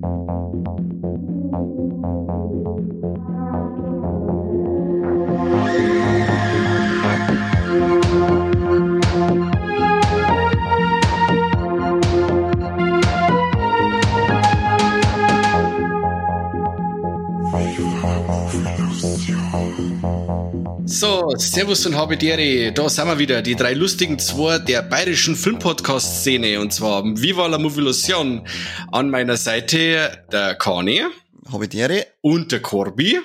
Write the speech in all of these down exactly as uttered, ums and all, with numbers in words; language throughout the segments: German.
So, servus und habedere, da sind wir wieder, die drei lustigen zwei der bayerischen Filmpodcast-Szene, und zwar Viva la Movilusion an meiner Seite der Kani. Habedere. Und der Corby.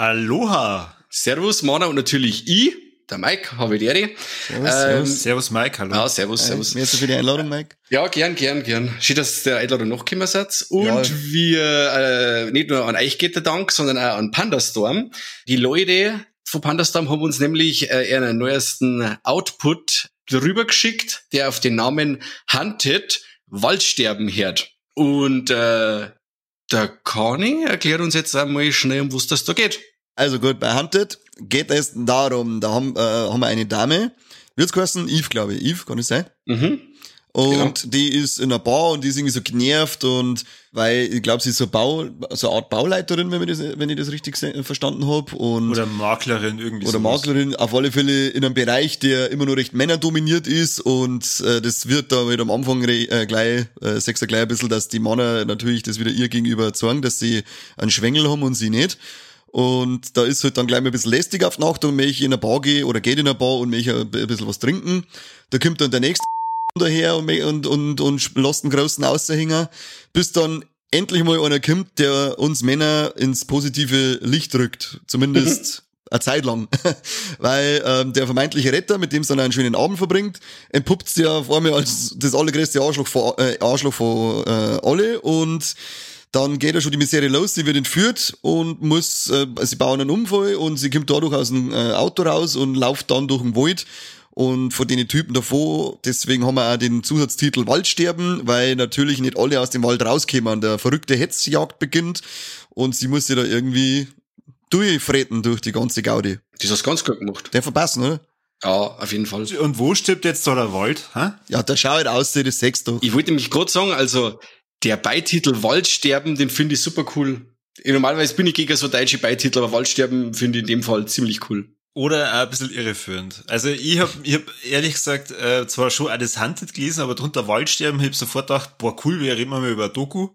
Aloha. Servus, Mana, und natürlich ich, der Mike, habedere. Servus, ähm, servus. Servus, Mike, hallo. Ja, servus, servus. Äh, merci für die Einladung, Mike. Ja, gern, gern, gern. Schön, dass der Einladung nachgekommen seid. Und ja. wir, äh, nicht nur an euch geht der Dank, sondern auch an Pandastorm. Die Leute von Pandastorm haben uns nämlich äh, ihren neuesten Output darüber geschickt, der auf den Namen Hunted Waldsterben hört. Und äh, der Kani erklärt uns jetzt einmal schnell, um was das da geht. Also gut, bei Hunted geht es darum, da haben, äh, haben wir eine Dame, wird's geheißen, Eve, glaube ich, Eve, kann das sein? Mhm. Und genau. Die ist in einer Bar und die ist irgendwie so genervt und weil, ich glaube, sie ist so Bau, so eine Art Bauleiterin, wenn, wir das, wenn ich das richtig verstanden habe. Oder Maklerin irgendwie. Oder sowas. Maklerin, auf alle Fälle in einem Bereich, der immer nur recht männerdominiert ist und äh, das wird da wieder am Anfang re- äh, gleich, äh, sagst du gleich ein bisschen, dass die Männer natürlich das wieder ihr gegenüber zeigen, dass sie einen Schwengel haben und sie nicht. Und da ist halt dann gleich mal ein bisschen lästig auf Nacht und wenn ich in eine Bar gehe oder geht in eine Bar und möchte ein bisschen was trinken, da kommt dann der nächste daher und, und, und, und lässt einen großen Außerhänger, bis dann endlich mal einer kommt, der uns Männer ins positive Licht rückt. Zumindest eine Zeit lang. Weil ähm, der vermeintliche Retter, mit dem es dann einen schönen Abend verbringt, entpuppt sich ja auf einmal als das allergrößte Arschloch von, äh, Arschloch von äh, alle und dann geht ja schon die Misere los, sie wird entführt und muss, äh, sie bauen einen Unfall und sie kommt dadurch aus dem äh, Auto raus und läuft dann durch den Wald. Und von den Typen davor, deswegen haben wir auch den Zusatztitel Waldsterben, weil natürlich nicht alle aus dem Wald rauskommen. Der verrückte Hetzjagd beginnt und sie muss sich da irgendwie durchfreten durch die ganze Gaudi. Das hast du ganz gut gemacht. Der verpassen, oder? Ja, auf jeden Fall. Und wo stirbt jetzt da der Wald? Hä? Ja, da schaut halt aus, das sechs doch. Ich wollte nämlich gerade sagen, also der Beititel Waldsterben, den finde ich super cool. Normalerweise bin ich gegen so deutsche Beititel, aber Waldsterben finde ich in dem Fall ziemlich cool. Oder auch ein bisschen irreführend. Also ich hab, ich hab ehrlich gesagt äh, zwar schon auch das Hunted gelesen, aber drunter Waldsterben, ich hab sofort gedacht, boah cool, wir reden mal über Doku.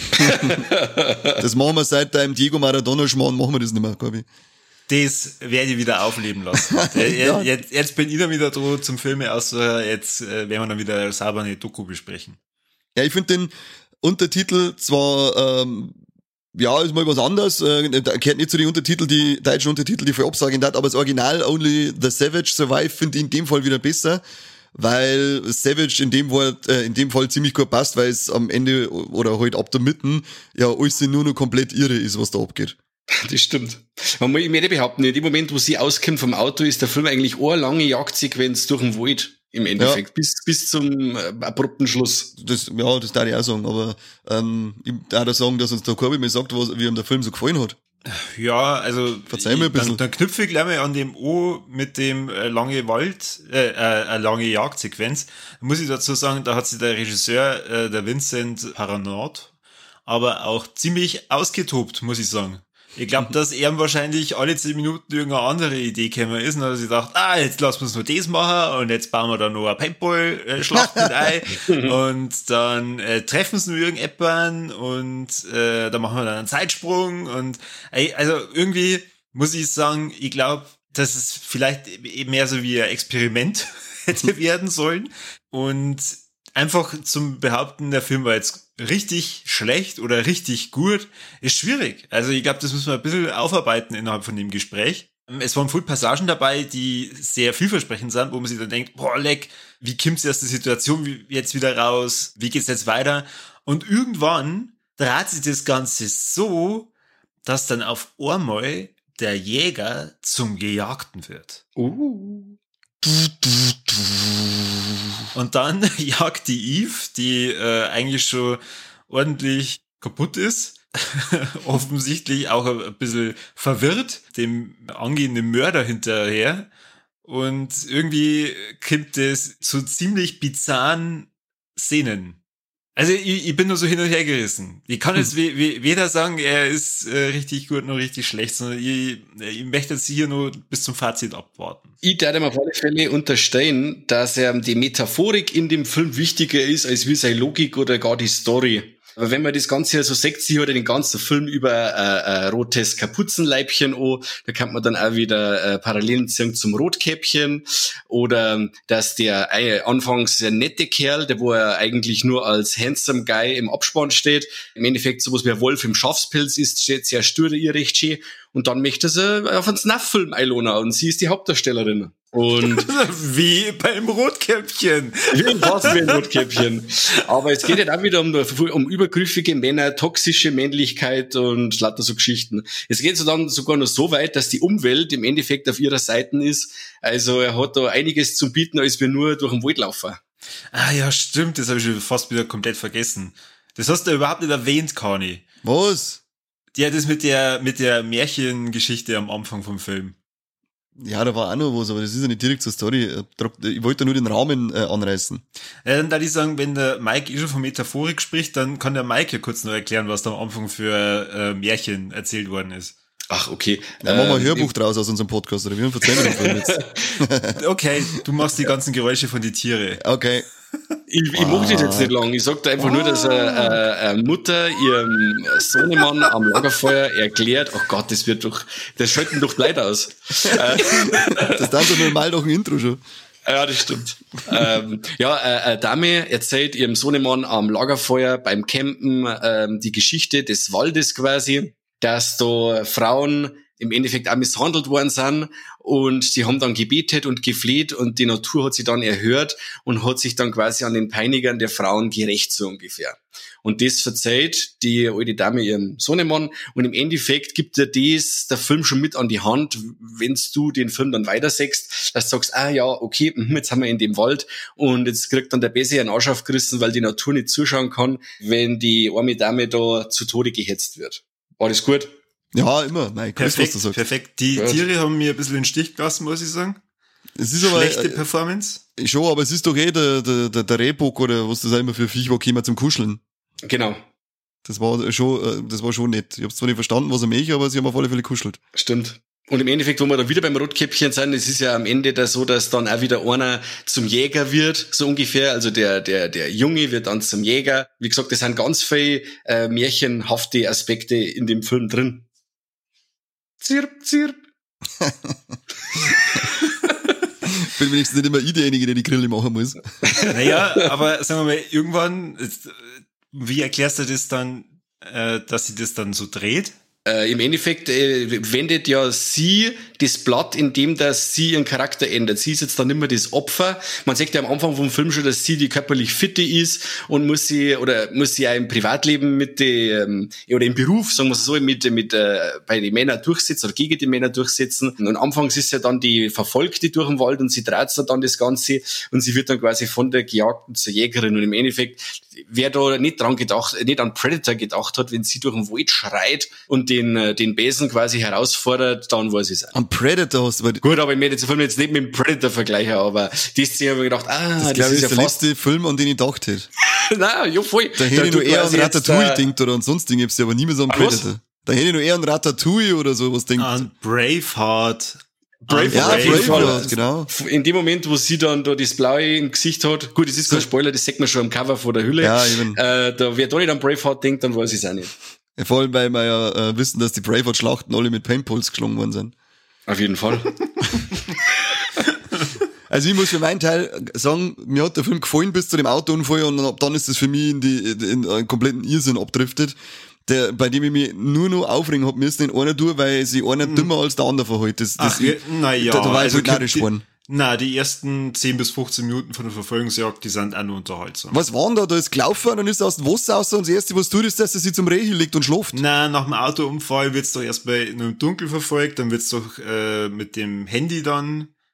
Das machen wir seit deinem Diego Maradona-Schmarrn, machen wir das nicht mehr, glaube ich. Das werde ich wieder aufleben lassen. ja. jetzt, jetzt bin ich dann wieder dran zum Filme aus, jetzt äh, werden wir dann wieder sauber eine Doku besprechen. Ja, ich finde den Untertitel zwar... Ähm, ja, ist mal was anderes. Äh, da gehört nicht zu den Untertitel, die deutschen Untertitel, die voll absagen hat, aber das Original Only the Savage Survive finde ich in dem Fall wieder besser, weil Savage in dem Wort, äh, in dem Fall ziemlich gut passt, weil es am Ende oder halt ab der Mitten ja alles nur noch komplett irre ist, was da abgeht. Das stimmt. Man muss, ich möchte behaupten, in dem Moment, wo sie auskommt vom Auto, ist der Film eigentlich eine lange Jagdsequenz durch den Wald. Im Endeffekt, ja. bis bis zum äh, abrupten Schluss. Das, ja, das darf ich auch sagen, aber ähm, ich darf auch sagen, dass uns der Corby mir sagt, was, wie ihm der Film so gefallen hat. Ja, also verzeih mir ein bisschen. Dann, dann knüpfe ich gleich mal an dem O mit dem äh, lange Wald, äh, äh, lange Jagdsequenz. Muss ich dazu sagen, da hat sich der Regisseur, äh, der Vincent Paranord, aber auch ziemlich ausgetobt, muss ich sagen. Ich glaube, dass er wahrscheinlich alle zehn Minuten irgendeine andere Idee gekommen ist und hat sich gedacht, ah, jetzt lassen wir uns nur das machen und jetzt bauen wir da noch eine Paintball-Schlacht mit ein und dann äh, treffen sie nur irgendjemanden und äh, dann machen wir dann einen Zeitsprung und ey, also irgendwie muss ich sagen, ich glaube, dass es vielleicht eben mehr so wie ein Experiment hätte werden sollen und einfach zum Behaupten, der Film war jetzt richtig schlecht oder richtig gut, ist schwierig. Also ich glaube, das müssen wir ein bisschen aufarbeiten innerhalb von dem Gespräch. Es waren viele Passagen dabei, die sehr vielversprechend sind, wo man sich dann denkt, boah, leck, wie kommt's aus der Situation jetzt wieder raus? Wie geht's jetzt weiter? Und irgendwann dreht sich das Ganze so, dass dann auf einmal der Jäger zum Gejagten wird. Uh. Und dann jagt die Eve, die äh, eigentlich schon ordentlich kaputt ist, offensichtlich auch ein bisschen verwirrt, dem angehenden Mörder hinterher. Und irgendwie kommt es zu ziemlich bizarren Szenen. Also ich, ich bin nur so hin und her gerissen. Ich kann jetzt we, we, weder sagen, er ist äh, richtig gut noch richtig schlecht, sondern ich, ich möchte jetzt hier nur bis zum Fazit abwarten. Ich darf ihm auf alle Fälle unterstellen, dass er die Metaphorik in dem Film wichtiger ist, als wie seine Logik oder gar die Story. Aber wenn man das Ganze so sieht, sie hat den ganzen Film über äh, ein rotes Kapuzenleibchen an, da kann man dann auch wieder äh, Parallelen ziehen zum Rotkäppchen. Oder dass der äh, anfangs sehr nette Kerl, der wo er eigentlich nur als handsome Guy im Abspann steht, im Endeffekt sowas wie ein Wolf im Schafspelz ist, steht sehr stur ihr recht schön. Und dann möchte sie auf einen Snuff-Film einladen und sie ist die Hauptdarstellerin. Und wie beim Rotkäppchen. Wie fast wie ein Rotkäppchen. Aber es geht ja auch wieder um, um übergriffige Männer, toxische Männlichkeit und lauter so Geschichten. Es geht so dann sogar noch so weit, dass die Umwelt im Endeffekt auf ihrer Seite ist. Also er hat da einiges zu bieten, als wir nur durch den Wald laufen. Ah ja, stimmt, das habe ich fast wieder komplett vergessen. Das hast du überhaupt nicht erwähnt, Kani. Was? Ja, das mit der, mit der Märchengeschichte am Anfang vom Film. Ja, da war auch noch was, aber das ist ja nicht direkt zur Story. Ich wollte nur den Rahmen äh, anreißen. Ja, dann darf ich sagen, wenn der Mike eh schon von Metaphorik spricht, dann kann der Mike ja kurz noch erklären, was da am Anfang für äh, Märchen erzählt worden ist. Ach, okay. Dann machen wir ein Ähm, Hörbuch draus aus unserem Podcast, oder wie? Und verzeihen wir den Film jetzt. Okay, du machst die ganzen Geräusche von die Tiere. Okay. Ich, ich mache das jetzt nicht lang. Ich sag da einfach nur, dass eine, eine, eine Mutter ihrem Sohnemann am Lagerfeuer erklärt, oh Gott, das wird doch, das schalten doch Leid aus. Das dann so normal doch ein Intro schon. Ja, das stimmt. ähm, ja, äh, eine Dame erzählt ihrem Sohnemann am Lagerfeuer beim Campen ähm, die Geschichte des Waldes quasi, dass da Frauen im Endeffekt auch misshandelt worden sind und die haben dann gebetet und gefleht und die Natur hat sie dann erhört und hat sich dann quasi an den Peinigern der Frauen gerecht, so ungefähr. Und das verzeiht die alte Dame ihrem Sohnemann und im Endeffekt gibt dir das der Film schon mit an die Hand, wenn du den Film dann weitersagst, dass du sagst, ah ja, okay, jetzt haben wir in dem Wald und jetzt kriegt dann der Bessie einen Arsch aufgerissen, weil die Natur nicht zuschauen kann, wenn die arme Dame da zu Tode gehetzt wird. War das gut? Ja, immer. Nein, ich weiß, was du Perfekt, sagst. perfekt. Die Gut. Tiere haben mir ein bisschen den Stich gelassen, muss ich sagen. Es ist aber, Schlechte äh, Performance. schon, aber es ist doch eh der, der, der, der Rehbock oder was das auch immer für Viech war, gekommen zum Kuscheln. Genau, Das war schon, äh, das war schon nett. Ich hab's zwar nicht verstanden, was er möchte, aber sie haben auf alle Fälle kuschelt. stimmt. Und im Endeffekt, wo wir dann wieder beim Rotkäppchen sind, es ist ja am Ende da so, dass dann auch wieder einer zum Jäger wird, so ungefähr. Also der der der Junge wird dann zum Jäger. Wie gesagt, es sind ganz viele äh, märchenhafte Aspekte in dem Film drin. Zirp, zirp. Bin wenigstens nicht immer ich derjenige, der die Grille machen muss. Naja, aber sagen wir mal, irgendwann, wie erklärst du das dann, äh, dass sie das dann so dreht? Äh, Im Endeffekt äh, wendet ja sie das Blatt, indem dass sie ihren Charakter ändert. Sie ist jetzt dann nicht mehr das Opfer. Man sagt ja am Anfang vom Film schon, dass sie die körperlich fitte ist und muss sie oder muss sie auch im Privatleben mit dem oder im Beruf, sagen wir es so, mit mit äh, bei den Männern durchsetzen oder gegen die Männer durchsetzen. Und anfangs ist ja dann die Verfolgte durch den Wald und sie dreht dann das Ganze und sie wird dann quasi von der Gejagten zur Jägerin. Und im Endeffekt, wer da nicht dran gedacht, nicht an Predator gedacht hat, wenn sie durch den Wald schreit und den den Besen quasi herausfordert, dann weiß ich es auch. Am Predator hast du, weil Gut, aber ich möchte jetzt, jetzt nicht mit dem Predator vergleichen, aber die Szene habe ich gedacht, ah, das, das, glaube ist ich, ja der fast... letzte Film, an den ich gedacht hätte. Nein, ja voll. Da hätte ich nur tut eher an quasi jetzt, Ratatouille äh, denkt oder an sonst Ding, aber nie mehr so an An was? Predator. Da hätte ich nur eher an Ratatouille oder sowas denkt. An Braveheart. Braveheart, ja, auf jeden Fall. Braveheart, genau. In dem Moment, wo sie dann da das Blaue im Gesicht hat, gut, das ist kein Spoiler, das sieht man schon am Cover von der Hülle. Ja, eben. Äh, da, wer da nicht an Braveheart denkt, dann weiß ich es auch nicht. Ja, vor allem, weil wir ja äh, wissen, dass die Braveheart-Schlachten alle mit Paintballs geschlagen worden sind. Auf jeden Fall. Also ich muss für meinen Teil sagen, mir hat der Film gefallen bis zu dem Autounfall und ab dann ist es für mich in, die, in einen kompletten Irrsinn abdriftet, der, bei dem ich mich nur noch aufregen hab müssen in einer durch, weil sich einer dümmer als der andere verhält. Das, das, Ach, naja. da, da war ich also so narrisch die- geworden. Na, die ersten zehn bis fünfzehn Minuten von der Verfolgungsjagd, die sind auch nur unterhaltsam. Was war denn da? Da ist gelaufen und dann ist er aus dem Wasser raus und das Erste, was tut, ist, dass er sich zum Reh hinlegt und schläft. Na, nach dem Autounfall wird's doch erst bei nur im Dunkel verfolgt, dann wird's doch äh, mit dem Handy dann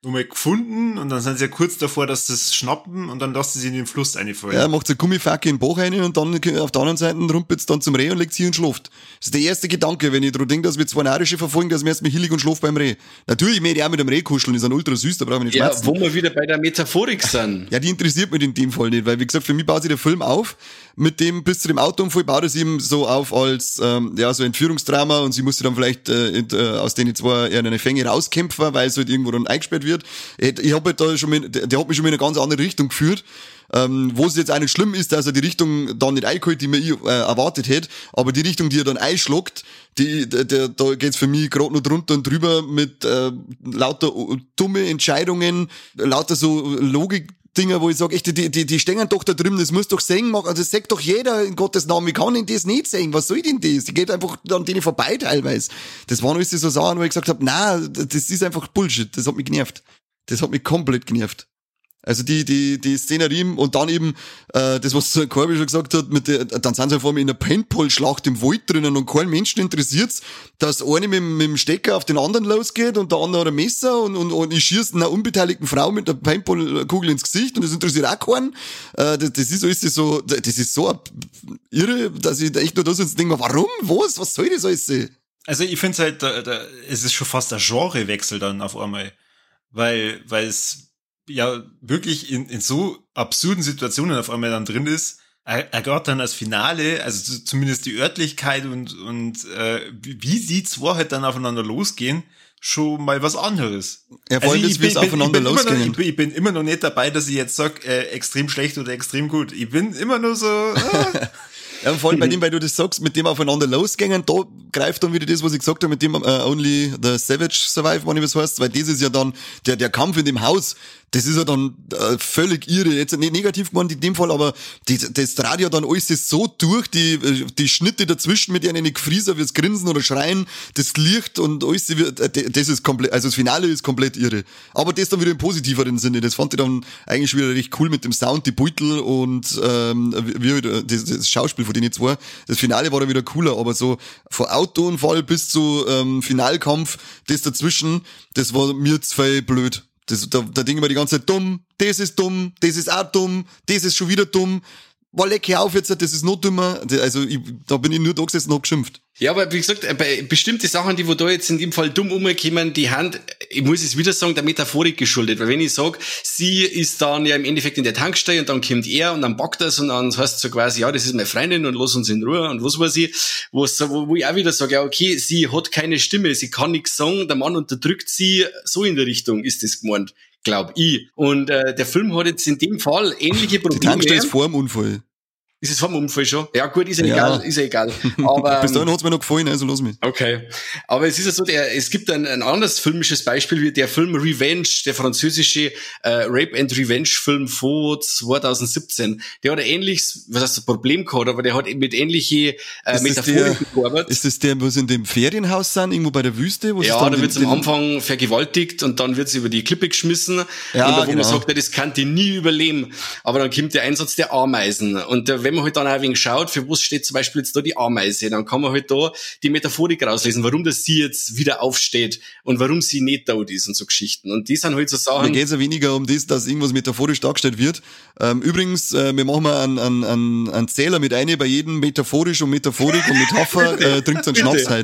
nochmal gefunden und dann sind sie ja kurz davor, dass sie es schnappen und dann lassen sie in den Fluss reinfallen. Ja, macht so Gummifacke in den Bauch rein und dann auf der anderen Seite rumpelt's dann zum Reh und legt sich und schläft. Das ist der erste Gedanke, wenn ich daran denke, dass wir zwei Narische verfolgen, dass wir erstmal hillig und schlafen beim Reh. Natürlich möchte ich auch mit dem Reh kuscheln, die sind ultra süß, da brauchen wir nicht ja, schmerzen. Wo wir wieder bei der Metaphorik sind. Ja, die interessiert mich in dem Fall nicht, weil wie gesagt, für mich baut sich der Film auf, mit dem bis zu dem Autounfall baut es ihm so auf als ähm, ja so Entführungsdrama und sie musste dann vielleicht äh, in, äh, aus den zwei eher eine Fänge rauskämpfen, weil es halt irgendwo dann eingesperrt wird. Ich, ich hab halt da schon mit, der, der hat mich schon in eine ganz andere Richtung geführt. Ähm, wo es jetzt auch nicht schlimm ist, dass er die Richtung dann nicht eingeholt, die man äh, erwartet hätte, aber die Richtung, die er dann einschlagt, die, der, der, da geht's für mich gerade noch drunter und drüber mit äh, lauter dumme Entscheidungen, lauter so Logik Dinger, wo ich sage, echt, die, die, die stehen doch da drüben, das muss doch sehen machen, das sagt doch jeder in Gottes Namen, wie kann denn das nicht sehen, was soll denn das? Die geht einfach an denen vorbei teilweise. Das waren alles so Sachen, wo ich gesagt habe, na, das ist einfach Bullshit, das hat mich genervt. Das hat mich komplett genervt. Also die, die, die Szenerie und dann eben, äh, das, was Corby schon gesagt hat, mit der, dann sind sie vor allem in einer Paintball-Schlacht im Wald drinnen und keinen Menschen interessiert's, dass eine mit, mit dem Stecker auf den anderen losgeht und der andere hat ein Messer und, und, und ich schieße einer unbeteiligten Frau mit einer Paintball-Kugel ins Gesicht und das interessiert auch keinen. Äh, das, das ist alles so, das ist so irre, dass ich echt nur da sitze und denke, warum? Was? Was soll das alles? Also ich finde es halt, da, da, es ist schon fast ein Genrewechsel dann auf einmal, weil, weil es ja wirklich in, in so absurden Situationen auf einmal dann drin ist, er, er geht dann als Finale, also zumindest die Örtlichkeit und, und äh, wie die zwei halt dann aufeinander losgehen, schon mal was anderes. Ja, vor allem, also dass wir es aufeinander losgehen. Ich bin, ich bin immer noch nicht dabei, dass ich jetzt sage, äh, extrem schlecht oder extrem gut. Ich bin immer nur so... Äh. Ja, und vor allem bei dem, weil du das sagst, mit dem aufeinander losgängen, da greift dann wieder das, was ich gesagt habe, mit dem uh, Only the Savage Survive, wenn ich was heißt, weil das ist ja dann, der, der Kampf in dem Haus, das ist ja dann äh, völlig irre, jetzt nicht negativ gemeint in dem Fall, aber die, das dreht ja dann alles so durch, die, die Schnitte dazwischen mit ihren Gefrieser fürs Grinsen oder Schreien, das Licht und alles, das ist komplett, also das Finale ist komplett irre. Aber das dann wieder im positiveren Sinne, das fand ich dann eigentlich wieder recht cool mit dem Sound, die Beutel und ähm, wie, das, das Schauspiel von denen zwei. Das Finale war dann wieder cooler, aber so von Autounfall bis zu ähm, Finalkampf, das dazwischen, das war mir zu viel blöd. Das, da, da denken wir die ganze Zeit, dumm, das ist dumm, das ist auch dumm, das ist schon wieder dumm. War leck auf jetzt, das ist noch dümmer. Also ich, da bin ich nur da gesessen und hab geschimpft. Ja, aber wie gesagt, bei bestimmte Sachen, die wo da jetzt in dem Fall dumm umkommen, die Hand, ich muss es wieder sagen, der Metaphorik geschuldet. Weil wenn ich sage, sie ist dann ja im Endeffekt in der Tankstelle und dann kommt er und dann packt das und dann heißt es so quasi, ja, das ist meine Freundin und lass uns in Ruhe und was weiß ich, wo, wo ich auch wieder sage, ja, okay, sie hat keine Stimme, sie kann nichts sagen, der Mann unterdrückt sie, so in der Richtung ist das gemeint, glaub ich. Und äh, der Film hat jetzt in dem Fall ähnliche Probleme. Die Tankstelle ist vor dem Unfall. Ist es vor dem Unfall schon? Ja gut, ist ja egal, ist ja egal. Aber, bis dahin hat's mir noch gefallen, also lass mich. Okay. Aber es ist ja so, der, es gibt ein, ein anderes filmisches Beispiel, wie der Film Revenge, der französische äh, Rape and Revenge Film von zwanzig siebzehn. Der hat ein ähnliches, was heißt das Problem gehabt, aber der hat mit ähnliche äh, Metaphoriken gearbeitet. Ist das der, wo sie in dem Ferienhaus sind, irgendwo bei der Wüste? Wo ja, dann da wird's am Anfang vergewaltigt und dann wird's über die Klippe geschmissen. Ja, und da, wo genau. man sagt, ja, das kann die nie überleben. Aber dann kommt der Einsatz der Ameisen. Und der, wenn man halt dann auch ein wenig schaut, für was steht zum Beispiel jetzt da die Ameise, dann kann man halt da die Metaphorik rauslesen, warum das sie jetzt wieder aufsteht und warum sie nicht tot ist und so Geschichten. Und die sind halt so Sachen... Mir geht's ja weniger um das, dass irgendwas metaphorisch dargestellt wird. Ähm, übrigens, äh, wir machen mal einen, einen, einen, einen Zähler mit ein, bei jedem metaphorisch und Metaphorik und Metapher äh, trinkt einen Schnaps halt.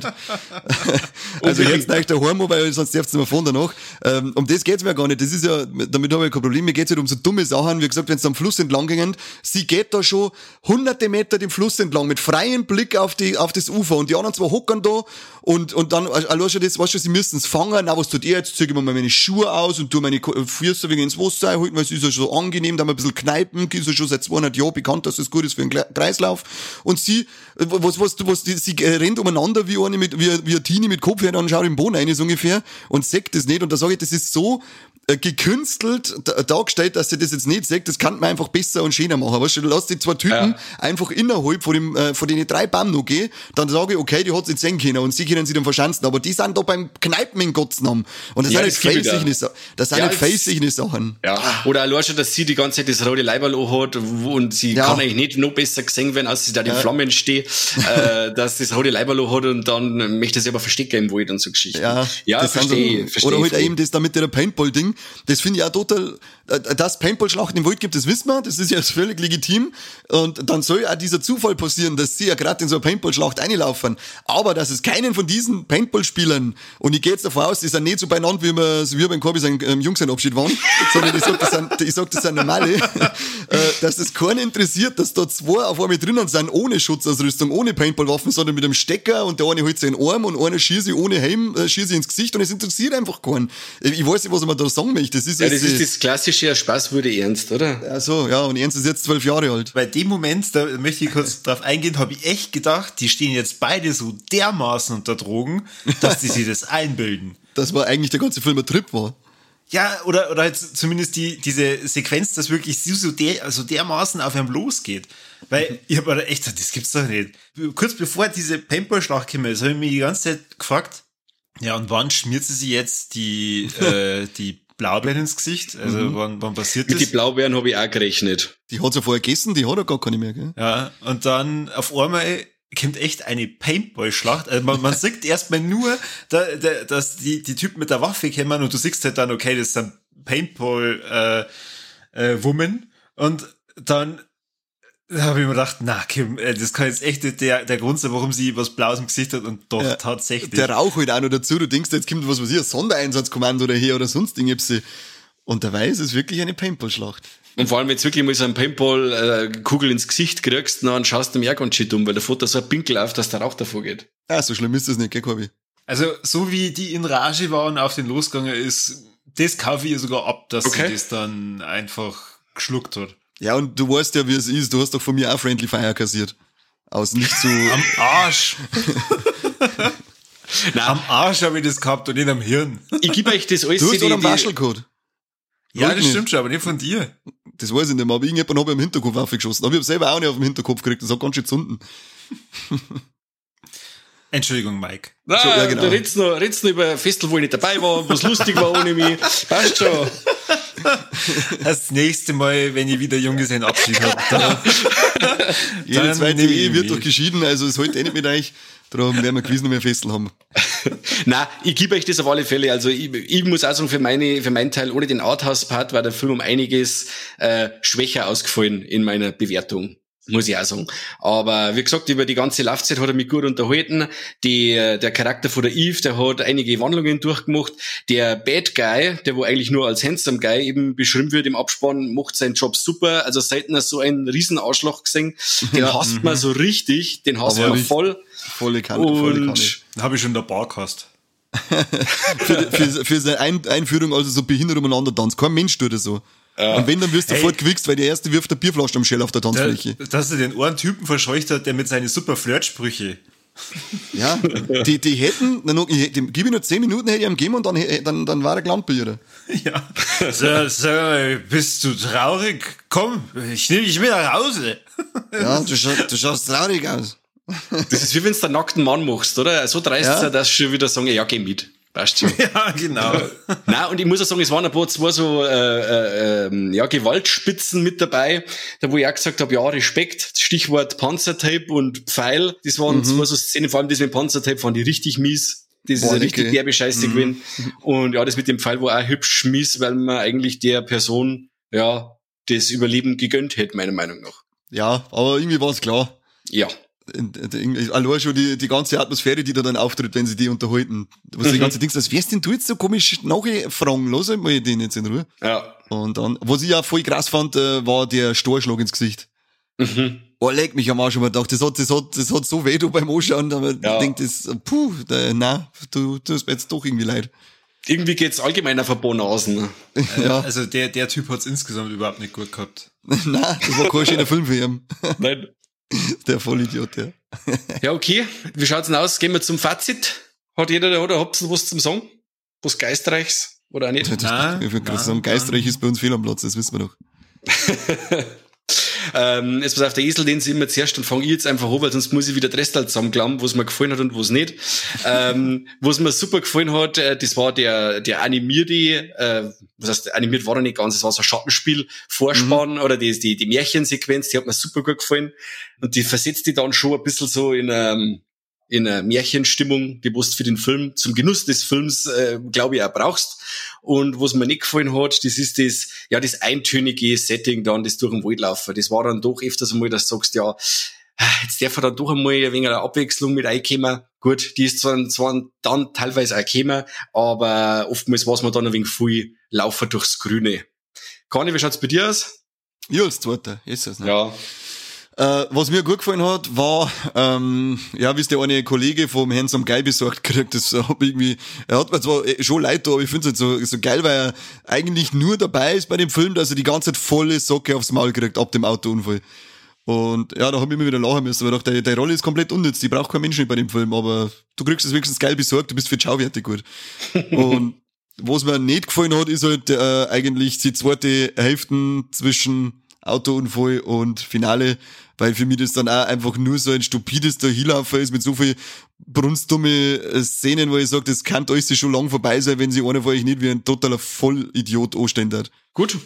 Also jetzt gleich der Hormo, weil sonst darfst du mal von danach. Ähm, um das geht's mir gar nicht. Das ist ja, damit habe ich kein Problem. Mir geht's halt um so dumme Sachen. Wie gesagt, wenn es am Fluss entlang gingen, sie geht da schon hunderte Meter den Fluss entlang mit freiem Blick auf die auf das Ufer und die anderen zwei hockern da und und dann allein schon das, weißt du, sie müssen es fangen. Na, was tut ihr jetzt? Zieh ich mir mal meine Schuhe aus und tu meine Füße wegen ins Wasser einhalten, weil es ist ja schon angenehm, da mal ein bisschen kneipen, ist ja schon seit zweihundert Jahren bekannt, dass das gut ist für den Kreislauf. Und sie, was was was die, sie rennt umeinander wie eine mit wie wie eine Teenie mit Kopf her, dann schaut im Boden rein so ungefähr und sagt das nicht und da sage ich, das ist so gekünstelt dargestellt, dass sie das jetzt nicht sagt, das kann man einfach besser und schöner machen. Weißt du, du lässt die zwei Typen ja. einfach innerhalb von dem, äh, von den drei Bäumen noch gehen, dann sage ich, okay, die hat's nicht sehen können und sie können sie dann verschanzen, aber die sind da beim Kneipen in Gottes Namen. Und das ja, sind nicht faceige das sind ja, nicht faceige Sachen. Ja. Oder allein schon, dass sie die ganze Zeit das rote Leiberl hat und sie ja. kann eigentlich nicht noch besser gesehen werden, als sie da die ja. Flammen steht, äh, dass das rote Leiberl hat und dann möchte sie aber verstecken im Wald und so Geschichten. Ja, ja das verstehe, so, verstehe. Oder halt eben das da mit der Paintball-Ding, Das finde ich auch total, dass Paintball-Schlachten im Wald gibt, das wissen wir, das ist ja völlig legitim. Und dann soll auch dieser Zufall passieren, dass sie ja gerade in so eine Paintball-Schlacht einlaufen. Aber dass es keinen von diesen Paintball-Spielern, und ich gehe jetzt davon aus, die sind nicht so beieinander, wie wir, so wie beim Corby sein ähm, Jungsenabschied waren, sondern ich sag, das sind, ich sag, das sind normale, äh, dass es keinen interessiert, dass da zwei auf einmal drinnen sind, ohne Schutzausrüstung, ohne Paintball-Waffen, sondern mit einem Stecker, und der eine holt sich in den Arm und einer schießt ohne Helm, äh, schießt ins Gesicht, und es interessiert einfach keinen. Ich weiß nicht, was man da sagen möchte. Das ist, ja, das ist das klassische Spaß wurde ernst, oder? Ja, so, ja, und Ernst ist jetzt zwölf Jahre alt. Bei dem Moment, da möchte ich kurz drauf eingehen, habe ich echt gedacht, die stehen jetzt beide so dermaßen unter Drogen, dass die sich das einbilden. Das war eigentlich der ganze Film ein Trip war. Ja, oder, oder halt zumindest die, diese Sequenz, dass wirklich so, der, also dermaßen auf einem losgeht. Weil ich habe echt gesagt, das gibt's doch nicht. Kurz bevor diese Paintball-Schlacht kam, habe ich mich die ganze Zeit gefragt, ja, und wann schmiert sie sich jetzt die, äh, die Blaubeeren ins Gesicht? Also, mhm. wann, wann passiert Mit das? die Blaubeeren habe ich auch gerechnet. Die hat sie vorher gegessen, die hat er gar keine mehr, gell? Ja, und dann auf einmal kommt echt eine Paintball-Schlacht. Also man, man sieht erstmal nur, da, da, dass die, die Typen mit der Waffe kommen, und du siehst halt dann, okay, das sind Paintball-Women. Äh, äh, Women. Und dann habe ich mir gedacht, na, Kim, das kann jetzt echt nicht der, der Grund sein, warum sie was Blaues im Gesicht hat, und doch ja, tatsächlich. Der Rauch halt auch noch dazu, du denkst, jetzt kommt was weiß ich, ein Sondereinsatzkommando daher oder sonst irgendwas. Und dabei ist es wirklich eine Paintball-Schlacht. Und vor allem, wenn du wirklich mal so einen Paintball-Kugel ins Gesicht kriegst, dann schaust du mir auch ganz schön dumm, weil der fährt da so ein Pinkel auf, dass der Rauch davor geht. Ja, so schlimm ist das nicht, gell, Corby? Also, so wie die in Rage waren, auf den losgegangen ist, das kaufe ich ihr sogar ab, dass okay. sie das dann einfach geschluckt hat. Ja, und du weißt ja, wie es ist. Du hast doch von mir auch Friendly Fire kassiert. Aus nicht so... Am Arsch. Nein. Am Arsch habe ich das gehabt und nicht am Hirn. Ich gebe euch das alles... Du hast doch einen Marshall-Code. Ja, das stimmt schon, aber nicht von dir. Das weiß ich nicht mehr, aber irgendjemand habe ich am Hinterkopf aufgeschossen. Aber ich habe selber auch nicht auf dem Hinterkopf gekriegt. Das hat ganz schön gezunden. Entschuldigung, Mike. Nein, so, ja, genau. Du redest noch, redest noch über ein Festival, wo ich nicht dabei war, was lustig war ohne mich. Passt schon. Das nächste Mal, wenn ich wieder Junggesellenabschied habe. Jede zweite Ehe wird doch geschieden, also es heute eh nicht mit euch. Darum werden wir gewiss noch mehr Festel haben. Nein, ich gebe euch das auf alle Fälle. Also ich, ich muss auch sagen, für meine, für meinen Teil, ohne den Arthouse-Part war der Film um einiges äh, schwächer ausgefallen in meiner Bewertung. Muss ich auch sagen. Aber wie gesagt, über die ganze Laufzeit hat er mich gut unterhalten. Die, der Charakter von der Eve, der hat einige Wandlungen durchgemacht. Der Bad Guy, der wo eigentlich nur als Handsome Guy eben beschrieben wird im Abspann, macht seinen Job super. Also selten so einen riesen Arschloch gesehen. Den hasst man so richtig. Den hasst man voll. Volle Kanne, volle Kanne. Den habe ich schon in der Bar gehasst. für, für, für seine Ein- Einführung, also so behindert umeinander tanzt. Kein Mensch tut das so. Ja. Und wenn, dann wirst du hey. sofort gewichst, weil der erste wirft eine Bierflasche am Shell auf der Tanzfläche. Da, dass er den einen Typen verscheucht hat, der mit seinen super Flirtsprüche. Ja, die, die hätten, noch, ich, dem, gib ich nur zehn Minuten, hätte ich ihm gegeben, und dann, dann, dann war er gelandet bei ihr. Ja. So, so, bist du traurig? Komm, ich nehme dich mit nach Hause. Ja, du, scha- du schaust traurig aus. Das ist wie wenn du einen nackten Mann machst, oder? So dreist ja. dass du schon wieder sagen, ja, geh mit. Passt schon. Ja, genau. Nein, und ich muss auch sagen, es waren ein paar, zwei so äh, äh, ja, Gewaltspitzen mit dabei, da wo ich auch gesagt habe, ja, Respekt, Stichwort Panzertape und Pfeil, das waren mhm. zwei so Szenen, vor allem das mit Panzertape fand ich richtig mies. Das ist eine richtig derbe Scheiße mhm. gewesen. Und ja, das mit dem Pfeil war auch hübsch mies, weil man eigentlich der Person, ja, das Überleben gegönnt hätte, meiner Meinung nach. Ja, aber irgendwie war es klar. Ja. Allein schon die, die ganze Atmosphäre, die da dann auftritt, wenn sie die unterhalten. Was mhm. die ganze Dings, als wärst denn du jetzt so komisch nachfragen? Lass mal den jetzt in Ruhe. Ja. Und dann, was ich auch voll krass fand, war der Storschlag ins Gesicht. Mhm. Oh, leg mich am Arsch, und man dachte, das hat, das hat, das hat so weh, du beim Anschauen, aber ja. ich denk, das, puh, da, nein, du, du hast mir jetzt doch irgendwie leid. Irgendwie geht's allgemein auf ein paar Nasen. Ja. Also der, der Typ hat's insgesamt überhaupt nicht gut gehabt. Nein, das war kein schöner Film für ihn. Nein. Der Vollidiot, ja. Ja, okay. Wie schaut's denn aus? Gehen wir zum Fazit. Hat jeder, der oder habt ihr was zum Sagen? Was Geistreichs? Oder auch nicht? Nein, ich würde gerade sagen, Geistreich ist bei uns fehl am Platz, das wissen wir doch. ähm, jetzt pass auf, der Esel, den sie immer zuerst, und fange ich jetzt einfach an, weil sonst muss ich wieder die Rest halt zusammenklammern, was mir gefallen hat und was nicht. ähm, was mir super gefallen hat, äh, das war der, der animierte, äh, was heißt, animiert war er nicht ganz, es war so ein Schattenspiel, Vorspann, mhm. oder die, die, die Märchensequenz, die hat mir super gut gefallen. Und die versetzt die dann schon ein bisschen so in, ähm, in einer Märchenstimmung, die du für den Film, zum Genuss des Films, äh, glaube ich, auch brauchst. Und was mir nicht gefallen hat, das ist das, ja, das eintönige Setting dann, das durch den Wald laufen. Das war dann doch öfters einmal, dass du sagst, ja, jetzt darf er dann doch einmal ein wenig eine Abwechslung mit reinkommen. Gut, die ist zwar, zwar dann teilweise auch gekommen, aber oftmals war es mir dann ein wenig viel Laufen durchs Grüne. Kani, wie schaut's bei dir aus? Ja, als Zweiter, ist es, ne? Ja. Äh, was mir gut gefallen hat, war, ähm, ja, wie es der eine Kollege vom Handsome Guy besorgt gekriegt, das hab ich irgendwie, er hat mir zwar schon leid da, aber ich finde es halt so, so geil, weil er eigentlich nur dabei ist bei dem Film, dass er die ganze Zeit volle Socke aufs Maul kriegt, ab dem Autounfall. Und ja, da hab ich immer wieder lachen müssen, weil ich dachte, die Rolle ist komplett unnütz, die braucht kein Mensch nicht bei dem Film, aber du kriegst es wenigstens geil besorgt, du bist für die Schauwerte gut. Und was mir nicht gefallen hat, ist halt äh, eigentlich die zweite Hälfte zwischen Autounfall und Finale, weil für mich das dann auch einfach nur so ein stupides Dahinlaufen ist mit so viel brunstdumme Szenen, wo ich sage, das kann euch schon lang vorbei sein, wenn sie einer von euch nicht wie ein totaler Vollidiot anstehen hat. Gut,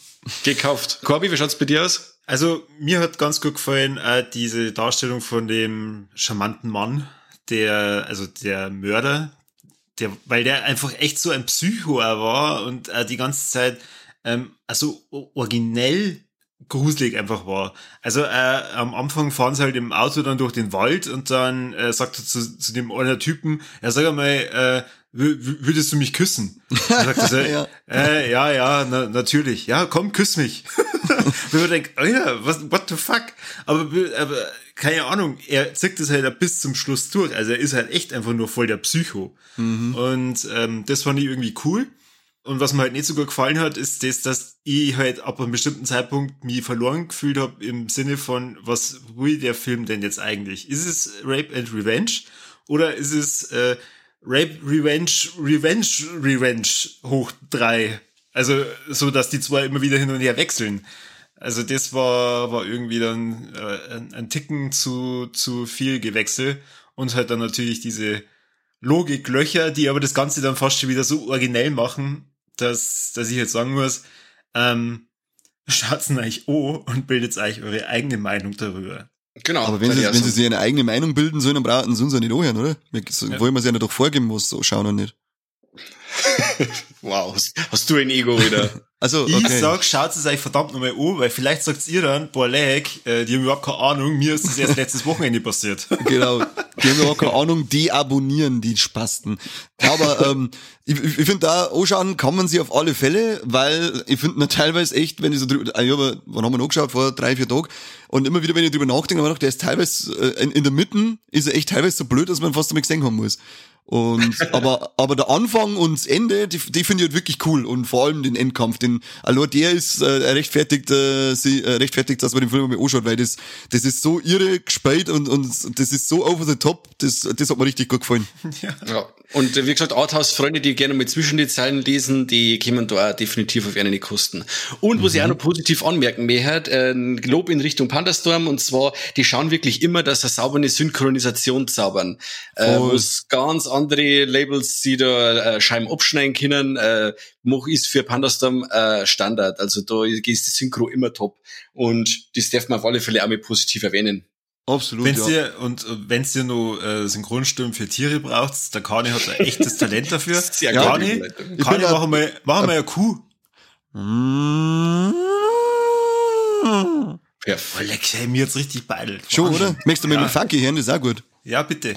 gekauft. Corby, wie schaut's bei dir aus? Also, mir hat ganz gut gefallen, äh, diese Darstellung von dem charmanten Mann, der, also der Mörder, der, weil der einfach echt so ein Psycho war und äh, die ganze Zeit, ähm, also originell gruselig einfach war. Also äh, am Anfang fahren sie halt im Auto dann durch den Wald und dann äh, sagt er zu, zu dem anderen Typen, ja, sag einmal, äh, würdest du mich küssen? Dann sagt er so, ja. Äh, ja, ja, na, natürlich. Ja, komm, küss mich. Wenn man denkt, oh ja, was, what the fuck? Aber, aber keine Ahnung, er zieht das halt bis zum Schluss durch. Also er ist halt echt einfach nur voll der Psycho. Mhm. Und ähm, das fand ich irgendwie cool. Und was mir halt nicht so gut gefallen hat, ist das, dass ich halt ab einem bestimmten Zeitpunkt mich verloren gefühlt habe im Sinne von, was will der Film denn jetzt eigentlich? Ist es Rape and Revenge? Oder ist es äh, Rape, Revenge, Revenge, Revenge hoch drei? Also so, dass die zwei immer wieder hin und her wechseln. Also das war war irgendwie dann äh, ein, ein Ticken zu zu viel Gewechsel. Und halt dann natürlich diese Logiklöcher, die aber das Ganze dann fast schon wieder so originell machen, dass, dass ich jetzt sagen muss, ähm, schaut's euch an und bildet euch eure eigene Meinung darüber. Genau. Aber wenn sie, wenn sie sich eine eigene Meinung bilden sollen, dann brauchen sie uns ja nicht anhören, oder? Wir ja. wollen wir es ja nicht doch vorgeben, was so schauen und nicht. Wow, hast, hast du ein Ego wieder? Also, okay. Ich sag, schaut es euch verdammt nochmal an, weil vielleicht sagt ihr dann, boah, leck, äh, die haben überhaupt keine Ahnung, mir ist das erst letztes Wochenende passiert. Genau, die haben überhaupt keine Ahnung, deabonnieren die Spasten. Aber ähm, ich, ich finde da, anschauen kann man sie auf alle Fälle, weil ich finde teilweise echt, wenn ich so drüber, ich habe, wann haben wir noch geschaut, vor drei, vier Tagen, und immer wieder, wenn ich drüber nachdenke, habe ich gedacht, der ist teilweise, äh, in, in der Mitte ist er echt teilweise so blöd, dass man fast damit gesehen haben muss. Und, aber, aber der Anfang und das Ende, die, die finde ich halt wirklich cool. Und vor allem den Endkampf, den, allein der ist, äh, rechtfertigt, äh, sie, äh, rechtfertigt, dass man den Film mal anschaut, weil das, das ist so irre gespielt und, und das ist so over the top, das, das hat mir richtig gut gefallen. Ja. Ja. Und wie gesagt, Arthouse-Freunde, die gerne mal zwischen die Zeilen lesen, die kommen da auch definitiv auf eine Kosten. Und was mhm. ich auch noch positiv anmerken möchte, ein Lob in Richtung Pandastorm, und zwar, die schauen wirklich immer, dass sie saubere Synchronisation zaubern. Äh, wo es ganz andere Labels, die da äh, Scheiben abschneiden können, äh, mach ist für Pandastorm äh, Standard. Also da ist die Synchro immer top. Und das darf man auf alle Fälle auch mal positiv erwähnen. Absolut, wenn's ja. Dir, und wenn's dir noch äh, Synchronstimmen für Tiere braucht, der Kani hat ein echtes Talent dafür. Sehr ja, Kani, Kani mach mal, mach mal eine Kuh. Perfekt. Oh, leck, hey, mir jetzt richtig beidelt. Schon, oder? Möchtest du mal ja. mit Funky hören? Das ist auch gut. Ja, bitte.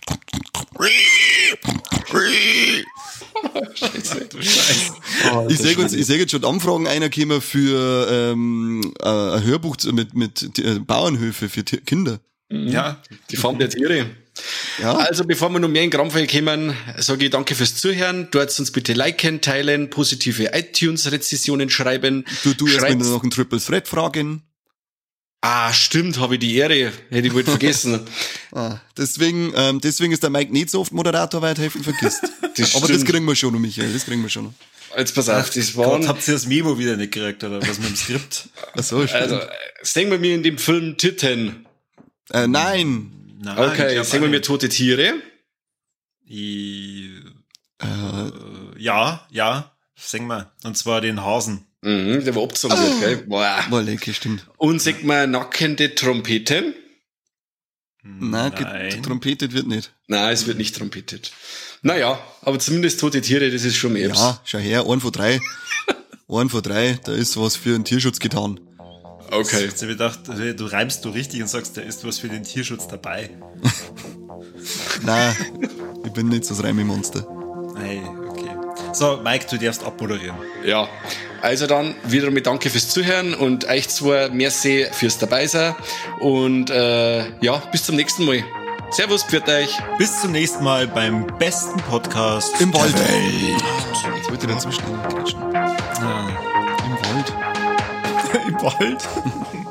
Scheiße. Du Scheiße. Oh, ich sehe jetzt, ich seh jetzt schon Anfragen einer für ähm, ein Hörbuch mit, mit äh, Bauernhöfe für T- Kinder. Ja. Die Farm der Tiere. Ja. Also bevor wir noch mehr in Grammfall kommen, sage ich danke fürs Zuhören. Dort uns bitte liken, teilen, positive iTunes-Rezessionen schreiben. Du, du erst mal noch einen Triple Threat fragen. Ah, stimmt, habe ich die Ehre. Hätte ich wohl vergessen. ah, deswegen, ähm, deswegen ist der Mike nicht so oft Moderator, weil er helfen vergisst. Das Aber das kriegen wir schon noch, Michael, das kriegen wir schon noch. Jetzt pass auf, das war. Habt ihr das Memo wieder nicht gekriegt, oder was mit dem Skript? Ach so, stimmt. Also, sehen wir mir in dem Film Titten. Äh, nein. Nein. Okay, sehen wir mir tote Tiere. Ich, Äh, äh, ja, ja, singen wir. Und zwar den Hasen. Mhm, der war abgezogen wird, gell? Boah. Boah, lecker, stimmt. Und sieht man nackende Trompete. Nein, Nein. trompetet wird nicht. Nein, es wird nicht trompetet. Naja, aber zumindest tote Tiere, das ist schon mehr. Ja, schau her, ein von drei. ein von drei, da ist was für den Tierschutz getan. Okay. Ich hab gedacht, du reimst du richtig und sagst, da ist was für den Tierschutz dabei. Nein, ich bin nicht so das Reime-Monster. Hey, okay. So, Mike, du darfst abmoderieren. Ja, also dann wiederum mit Danke fürs Zuhören und euch zwei merci fürs Dabeisein und äh, ja, bis zum nächsten Mal. Servus, pfiat euch. Bis zum nächsten Mal beim besten Podcast Im Wald. der Welt. Jetzt wollte ich dazwischen quatschen. Ah. Im Wald. Im Wald?